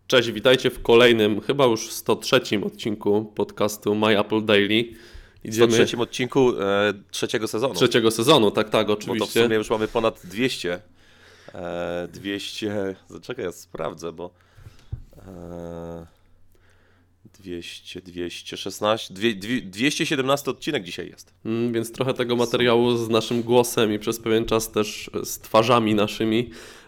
Cześć, witajcie w kolejnym, chyba już 103 odcinku podcastu My Apple Daily. W Idziemy 103 odcinku trzeciego sezonu, trzeciego sezonu, tak, bo to w oczywiście. sumie już mamy ponad 200. 200, czekaj, ja sprawdzę, bo 200, 216, 217 odcinek dzisiaj jest. Więc trochę tego materiału z naszym głosem i przez pewien czas też z twarzami naszymi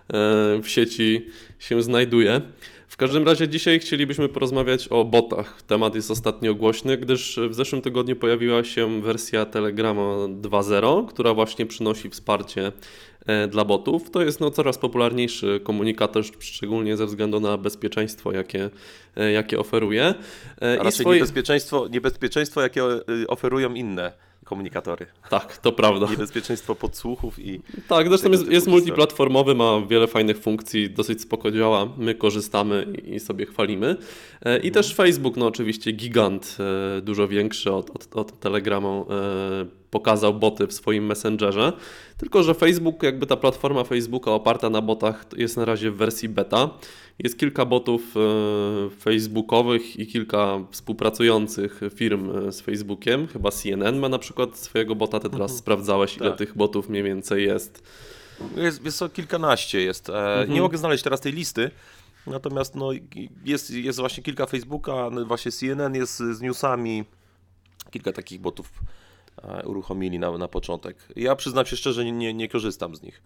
w sieci się znajduje. W każdym razie dzisiaj chcielibyśmy porozmawiać o botach. Temat jest ostatnio głośny, gdyż w zeszłym tygodniu pojawiła się wersja Telegrama 2.0, która właśnie przynosi wsparcie dla botów. To jest coraz popularniejszy komunikator, szczególnie ze względu na bezpieczeństwo, jakie oferuje. A raczej niebezpieczeństwo, jakie oferują inne komunikatory. Tak, to prawda. Niebezpieczeństwo podsłuchów i Tak, zresztą tego jest typu historie. multiplatformowy, ma wiele fajnych funkcji, dosyć spoko działa, my korzystamy i sobie chwalimy. I też Facebook, oczywiście gigant, dużo większy od Telegramu, pokazał boty w swoim Messengerze, tylko że Facebook, jakby ta platforma Facebooka oparta na botach jest na razie w wersji beta. Jest kilka botów facebookowych i kilka współpracujących firm z Facebookiem. Chyba CNN ma na przykład swojego bota, ty teraz sprawdzałeś, ile Tak. tych botów mniej więcej jest. Jest kilkanaście jest. Nie mogę znaleźć teraz tej listy, natomiast jest właśnie kilka Facebooka, właśnie CNN jest z newsami, kilka takich botów uruchomili na początek. Ja przyznam się szczerze, nie korzystam z nich.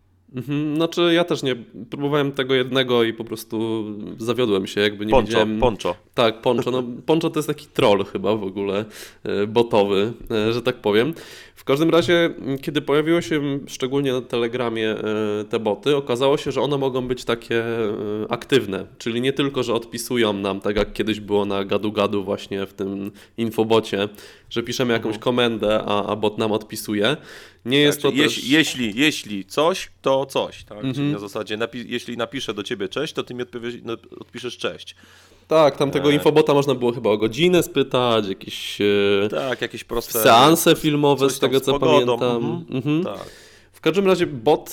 Znaczy ja też nie, próbowałem tego jednego i po prostu zawiodłem się, jakby nie widziałem... Poncho. Tak, Poncho. Poncho to jest taki troll chyba w ogóle, botowy, że tak powiem. W każdym razie, kiedy pojawiło się szczególnie na Telegramie te boty, okazało się, że one mogą być takie aktywne, czyli nie tylko, że odpisują nam, tak jak kiedyś było na gadu-gadu właśnie w tym infobocie, że piszemy jakąś komendę, a bot nam odpisuje. Nie jest to też... Jeśli coś, to coś. Tak? Czyli na zasadzie, jeśli napiszę do ciebie cześć, to ty mi odpiszesz cześć. Tak, tam tego infobota można było chyba o godzinę spytać, jakieś jakieś proste seanse filmowe z tego z co pogodą. pamiętam. Tak. W każdym razie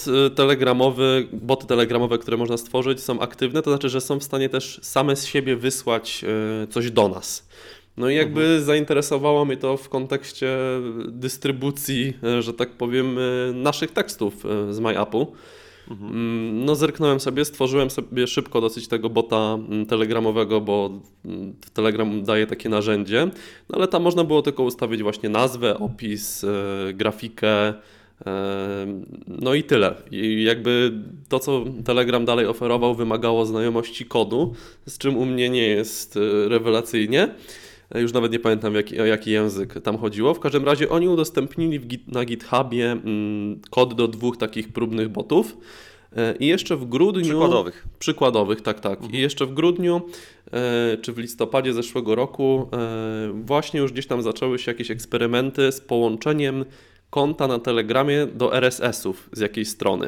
boty telegramowe, które można stworzyć, są aktywne, to znaczy, że są w stanie też same z siebie wysłać coś do nas. No i jakby zainteresowało mnie to w kontekście dystrybucji, że tak powiem, naszych tekstów z MyApple. Zerknąłem sobie, stworzyłem sobie szybko dosyć tego bota telegramowego, bo Telegram daje takie narzędzie, ale tam można było tylko ustawić właśnie nazwę, opis, grafikę, no i tyle. I jakby to, co Telegram dalej oferował, wymagało znajomości kodu, z czym u mnie nie jest rewelacyjnie. Już nawet nie pamiętam, o jaki język tam chodziło. W każdym razie oni udostępnili na GitHubie kod do 2 takich próbnych botów. I jeszcze w grudniu... Przykładowych, tak. I jeszcze w grudniu, czy w listopadzie zeszłego roku właśnie już gdzieś tam zaczęły się jakieś eksperymenty z połączeniem konta na Telegramie do RSS-ów z jakiejś strony.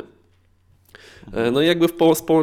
No i jakby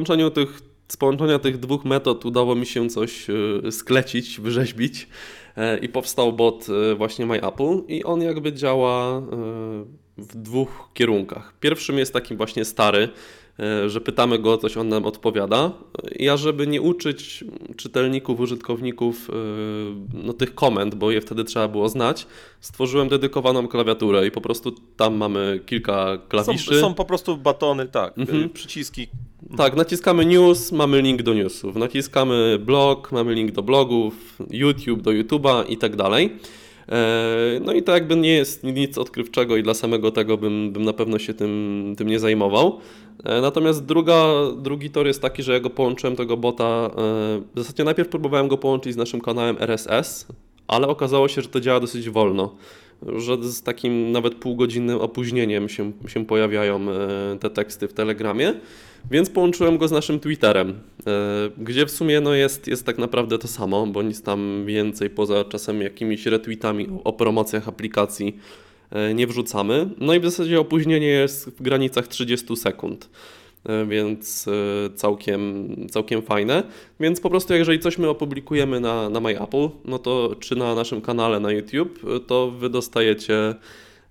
z połączenia tych 2 metod udało mi się coś sklecić, wyrzeźbić i powstał bot właśnie MyApple i on jakby działa w 2 kierunkach. Pierwszym jest taki właśnie stary, że pytamy go o coś, on nam odpowiada. Ja, żeby nie uczyć czytelników, użytkowników tych komend, bo je wtedy trzeba było znać, stworzyłem dedykowaną klawiaturę i po prostu tam mamy kilka klawiszy. Są po prostu batony, tak, przyciski. Tak, naciskamy news, mamy link do newsów, naciskamy blog, mamy link do blogów, YouTube do YouTube'a i tak dalej. No i to jakby nie jest nic odkrywczego i dla samego tego bym na pewno się tym nie zajmował. Natomiast drugi tor jest taki, że ja go połączyłem, tego bota, w zasadzie najpierw próbowałem go połączyć z naszym kanałem RSS, ale okazało się, że to działa dosyć wolno, że z takim nawet półgodzinnym opóźnieniem się pojawiają te teksty w Telegramie, więc połączyłem go z naszym Twitterem, gdzie w sumie jest tak naprawdę to samo, bo nic tam więcej poza czasem jakimiś retweetami o promocjach aplikacji nie wrzucamy. No i w zasadzie opóźnienie jest w granicach 30 sekund. Więc całkiem fajne. Więc po prostu jeżeli coś my opublikujemy na MyApple, no to czy na naszym kanale na YouTube, to wy dostajecie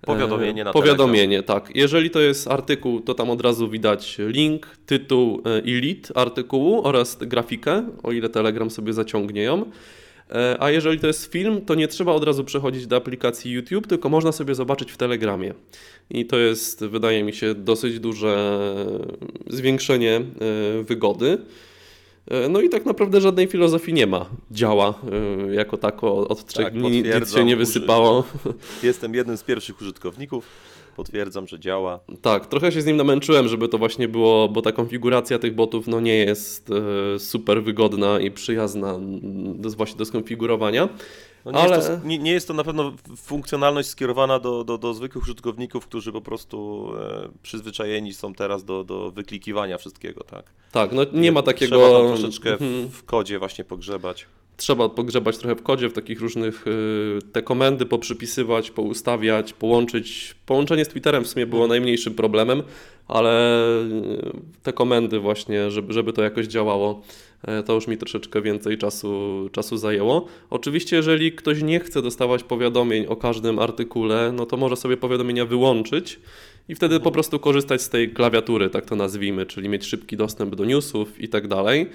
Powiadomienie na Powiadomienie, tak. Jeżeli to jest artykuł, to tam od razu widać link, tytuł i lead artykułu oraz grafikę, o ile Telegram sobie zaciągnie ją. A jeżeli to jest film, to nie trzeba od razu przechodzić do aplikacji YouTube, tylko można sobie zobaczyć w Telegramie. I to jest, wydaje mi się, dosyć duże zwiększenie wygody. No i tak naprawdę żadnej filozofii nie ma. Działa jako tako, od 3 dni nic się nie wysypało. Jestem jednym z pierwszych użytkowników, potwierdzam, że działa. Tak, trochę się z nim namęczyłem, żeby to właśnie było, bo ta konfiguracja tych botów no nie jest super wygodna i przyjazna właśnie do skonfigurowania. No nie jest to na pewno funkcjonalność skierowana do zwykłych użytkowników, którzy po prostu przyzwyczajeni są teraz do wyklikiwania wszystkiego, tak? Tak, no nie ma takiego... Trzeba tam troszeczkę w kodzie właśnie pogrzebać. Trzeba pogrzebać trochę w kodzie, w takich różnych te komendy poprzypisywać, poustawiać, połączyć. Połączenie z Twitterem w sumie było najmniejszym problemem, ale te komendy właśnie, żeby to jakoś działało, to już mi troszeczkę więcej czasu zajęło. Oczywiście, jeżeli ktoś nie chce dostawać powiadomień o każdym artykule, no to może sobie powiadomienia wyłączyć i wtedy po prostu korzystać z tej klawiatury, tak to nazwijmy, czyli mieć szybki dostęp do newsów i tak dalej.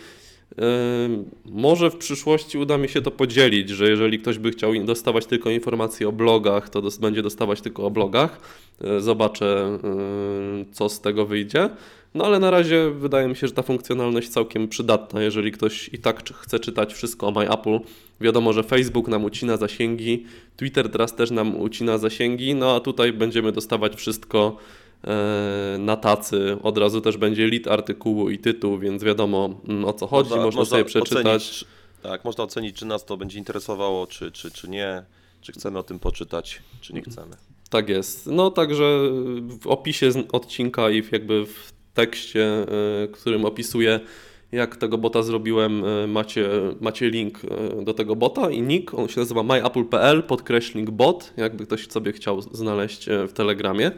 Może w przyszłości uda mi się to podzielić, że jeżeli ktoś by chciał dostawać tylko informacje o blogach, to będzie dostawać tylko o blogach. Zobaczę, co z tego wyjdzie. No ale na razie wydaje mi się, że ta funkcjonalność całkiem przydatna, jeżeli ktoś i tak chce czytać wszystko o MyApple. Wiadomo, że Facebook nam ucina zasięgi, Twitter teraz też nam ucina zasięgi, no a tutaj będziemy dostawać wszystko na tacy. Od razu też będzie lead artykułu i tytuł, więc wiadomo o co chodzi, można sobie przeczytać. Ocenić, tak, można ocenić, czy nas to będzie interesowało, czy nie, czy chcemy o tym poczytać, czy nie chcemy. Tak jest. No także w opisie odcinka i jakby w tekście, którym opisuję, jak tego bota zrobiłem, macie link do tego bota i nick, on się nazywa myapple.pl/bot, jakby ktoś sobie chciał znaleźć w Telegramie.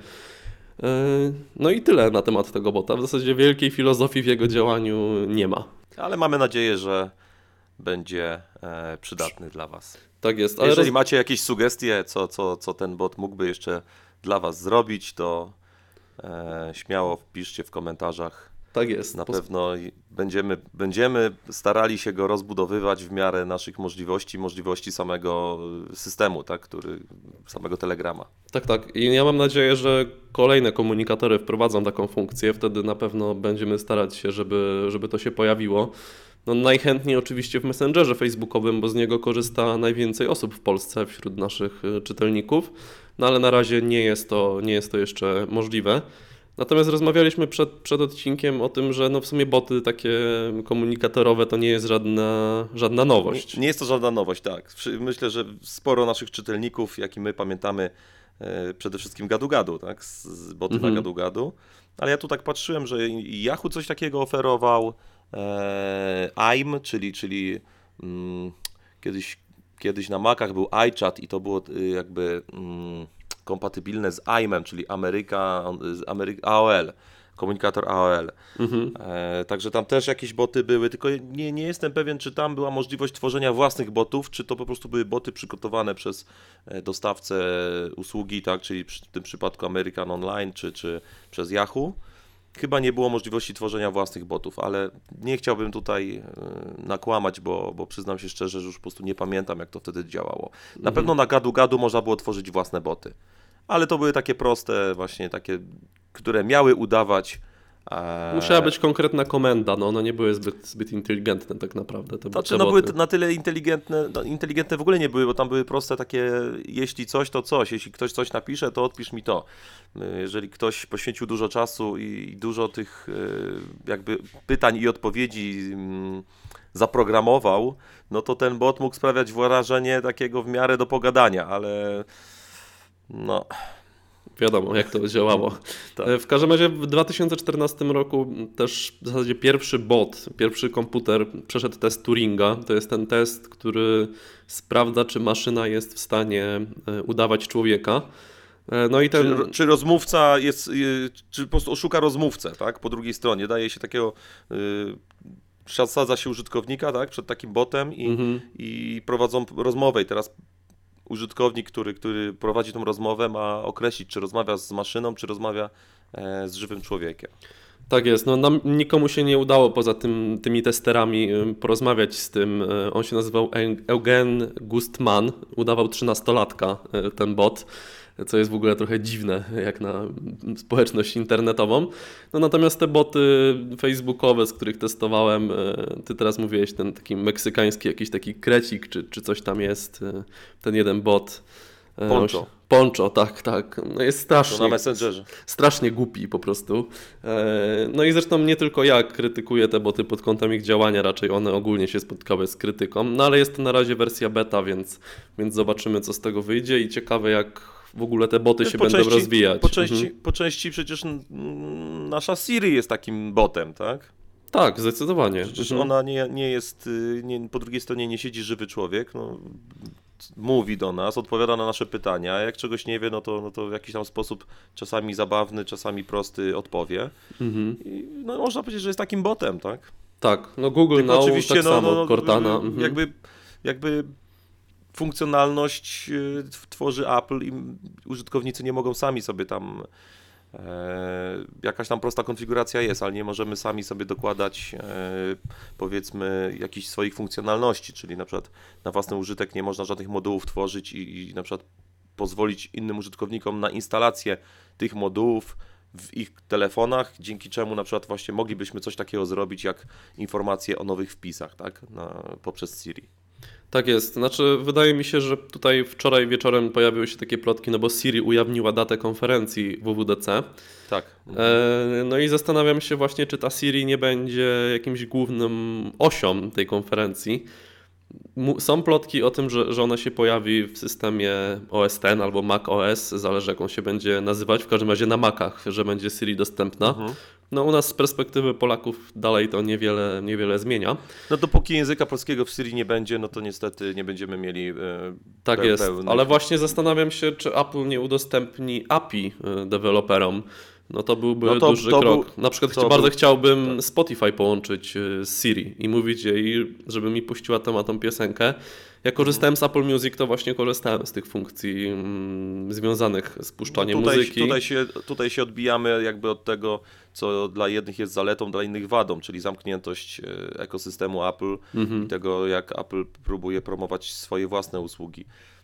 No i tyle na temat tego bota. W zasadzie wielkiej filozofii w jego działaniu nie ma. Ale mamy nadzieję, że będzie przydatny dla Was. Tak jest. Ale jeżeli macie jakieś sugestie, co ten bot mógłby jeszcze dla Was zrobić, to śmiało wpiszcie w komentarzach. Tak jest. Na pewno będziemy starali się go rozbudowywać w miarę naszych możliwości samego systemu, tak, samego Telegrama. Tak. I ja mam nadzieję, że kolejne komunikatory wprowadzą taką funkcję. Wtedy na pewno będziemy starać się, żeby to się pojawiło. No najchętniej oczywiście w Messengerze facebookowym, bo z niego korzysta najwięcej osób w Polsce wśród naszych czytelników. No ale na razie nie jest to jeszcze możliwe. Natomiast rozmawialiśmy przed odcinkiem o tym, że no w sumie boty takie komunikatorowe to nie jest żadna nowość. Nie jest to żadna nowość, tak. Myślę, że sporo naszych czytelników, jak i my pamiętamy przede wszystkim gadu-gadu, tak? Z boty na gadu-gadu. Ale ja tu tak patrzyłem, że Yahoo coś takiego oferował, AIM, czyli kiedyś na Macach był iChat i to było jakby kompatybilne z AIM-em, czyli AOL, komunikator AOL. Także tam też jakieś boty były, tylko nie jestem pewien, czy tam była możliwość tworzenia własnych botów, czy to po prostu były boty przygotowane przez dostawcę usługi, tak, czyli w tym przypadku American Online, czy przez Yahoo. Chyba nie było możliwości tworzenia własnych botów, ale nie chciałbym tutaj nakłamać, bo przyznam się szczerze, że już po prostu nie pamiętam, jak to wtedy działało. Na pewno na gadu-gadu można było tworzyć własne boty, ale to były takie proste, właśnie takie, które miały udawać. Musiała być konkretna komenda, no one nie były zbyt inteligentne tak naprawdę. Były na tyle inteligentne w ogóle nie były, bo tam były proste takie, jeśli coś, to coś, jeśli ktoś coś napisze, to odpisz mi to. Jeżeli ktoś poświęcił dużo czasu i dużo tych jakby pytań i odpowiedzi zaprogramował, no to ten bot mógł sprawiać wrażenie takiego w miarę do pogadania, ale no... Wiadomo, jak to działało. Tak. W każdym razie w 2014 roku też w zasadzie pierwszy komputer przeszedł test Turinga. To jest ten test, który sprawdza, czy maszyna jest w stanie udawać człowieka. No i czy rozmówca jest, czy po prostu oszuka rozmówcę, tak? Po drugiej stronie daje się takiego... Sadza się użytkownika, tak? Przed takim botem i prowadzą rozmowę. I teraz użytkownik, który prowadzi tą rozmowę, ma określić, czy rozmawia z maszyną, czy rozmawia z żywym człowiekiem. Tak jest, no nam nikomu się nie udało poza tymi testerami porozmawiać z tym. On się nazywał Eugen Gustman, udawał 13-latka ten bot, co jest w ogóle trochę dziwne jak na społeczność internetową. No natomiast te boty facebookowe, z których testowałem, ty teraz mówiłeś, ten taki meksykański jakiś taki krecik, czy coś tam jest, ten jeden bot. Poncho. Poncho, tak. No jest strasznie. To na Messengerze. Strasznie głupi po prostu. No i zresztą nie tylko ja krytykuję te boty pod kątem ich działania, raczej one ogólnie się spotkały z krytyką. No ale jest to na razie wersja beta, więc zobaczymy, co z tego wyjdzie i ciekawe, jak w ogóle te boty się będą rozwijać. Po części przecież nasza Siri jest takim botem, tak? Tak, zdecydowanie. Przecież ona nie jest, po drugiej stronie nie siedzi żywy człowiek, no, mówi do nas, odpowiada na nasze pytania, a jak czegoś nie wie, no to w jakiś tam sposób czasami zabawny, czasami prosty odpowie. I, no można powiedzieć, że jest takim botem, tak? Tak, no Google Now oczywiście, tak samo, Cortana. Jakby funkcjonalność tworzy Apple i użytkownicy nie mogą sami sobie tam jakaś tam prosta konfiguracja jest, ale nie możemy sami sobie dokładać powiedzmy jakichś swoich funkcjonalności, czyli na przykład na własny użytek nie można żadnych modułów tworzyć i na przykład pozwolić innym użytkownikom na instalację tych modułów w ich telefonach, dzięki czemu na przykład właśnie moglibyśmy coś takiego zrobić jak informacje o nowych wpisach, tak, poprzez Siri. Tak jest, znaczy wydaje mi się, że tutaj wczoraj wieczorem pojawiły się takie plotki, no bo Siri ujawniła datę konferencji WWDC. Tak. No i zastanawiam się właśnie, czy ta Siri nie będzie jakimś głównym osią tej konferencji. Są plotki o tym, że ona się pojawi w systemie OS X albo Mac OS, zależy jak on się będzie nazywać, w każdym razie na Macach, że będzie Siri dostępna. No u nas z perspektywy Polaków dalej to niewiele zmienia. No dopóki języka polskiego w Siri nie będzie, no to niestety nie będziemy mieli tak jest, ale właśnie zastanawiam się, czy Apple nie udostępni API deweloperom. No to byłby duży krok. Na przykład bardzo chciałbym Spotify połączyć z Siri i mówić jej, żeby mi puściła tą piosenkę. Jak korzystałem z Apple Music, to właśnie korzystałem z tych funkcji związanych z puszczaniem muzyki. Tutaj się odbijamy jakby od tego, co dla jednych jest zaletą, dla innych wadą, czyli zamkniętość ekosystemu Apple i tego, jak Apple próbuje promować swoje własne usługi.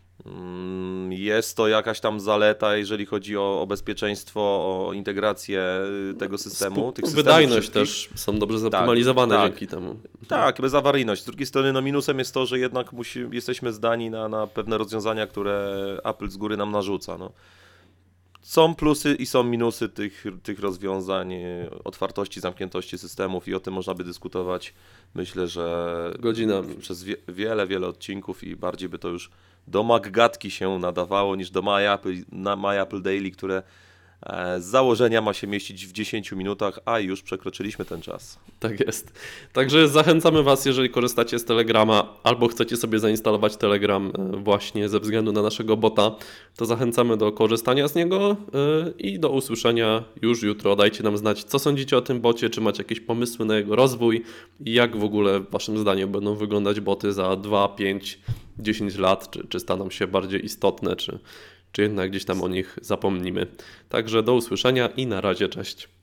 Jest to jakaś tam zaleta, jeżeli chodzi o bezpieczeństwo, o integrację tego systemu. Wydajność też są dobrze zoptymalizowane dzięki temu. Tak, bezawaryjność. Z drugiej strony minusem jest to, że jednak jesteśmy zdani na pewne rozwiązania, które Apple z góry nam narzuca. No. Są plusy i są minusy tych rozwiązań, otwartości, zamkniętości systemów i o tym można by dyskutować, myślę, że godzinami. Przez wiele odcinków i bardziej by to już do MacGadki się nadawało niż do My Apple Daily, które z założenia ma się mieścić w 10 minutach, a już przekroczyliśmy ten czas. Tak jest. Także zachęcamy Was, jeżeli korzystacie z Telegrama albo chcecie sobie zainstalować Telegram właśnie ze względu na naszego bota, to zachęcamy do korzystania z niego i do usłyszenia już jutro. Dajcie nam znać, co sądzicie o tym bocie, czy macie jakieś pomysły na jego rozwój i jak w ogóle Waszym zdaniem będą wyglądać boty za 2, 5, 10 lat, czy staną się bardziej istotne, czy jednak gdzieś tam o nich zapomnimy. Także do usłyszenia i na razie, cześć.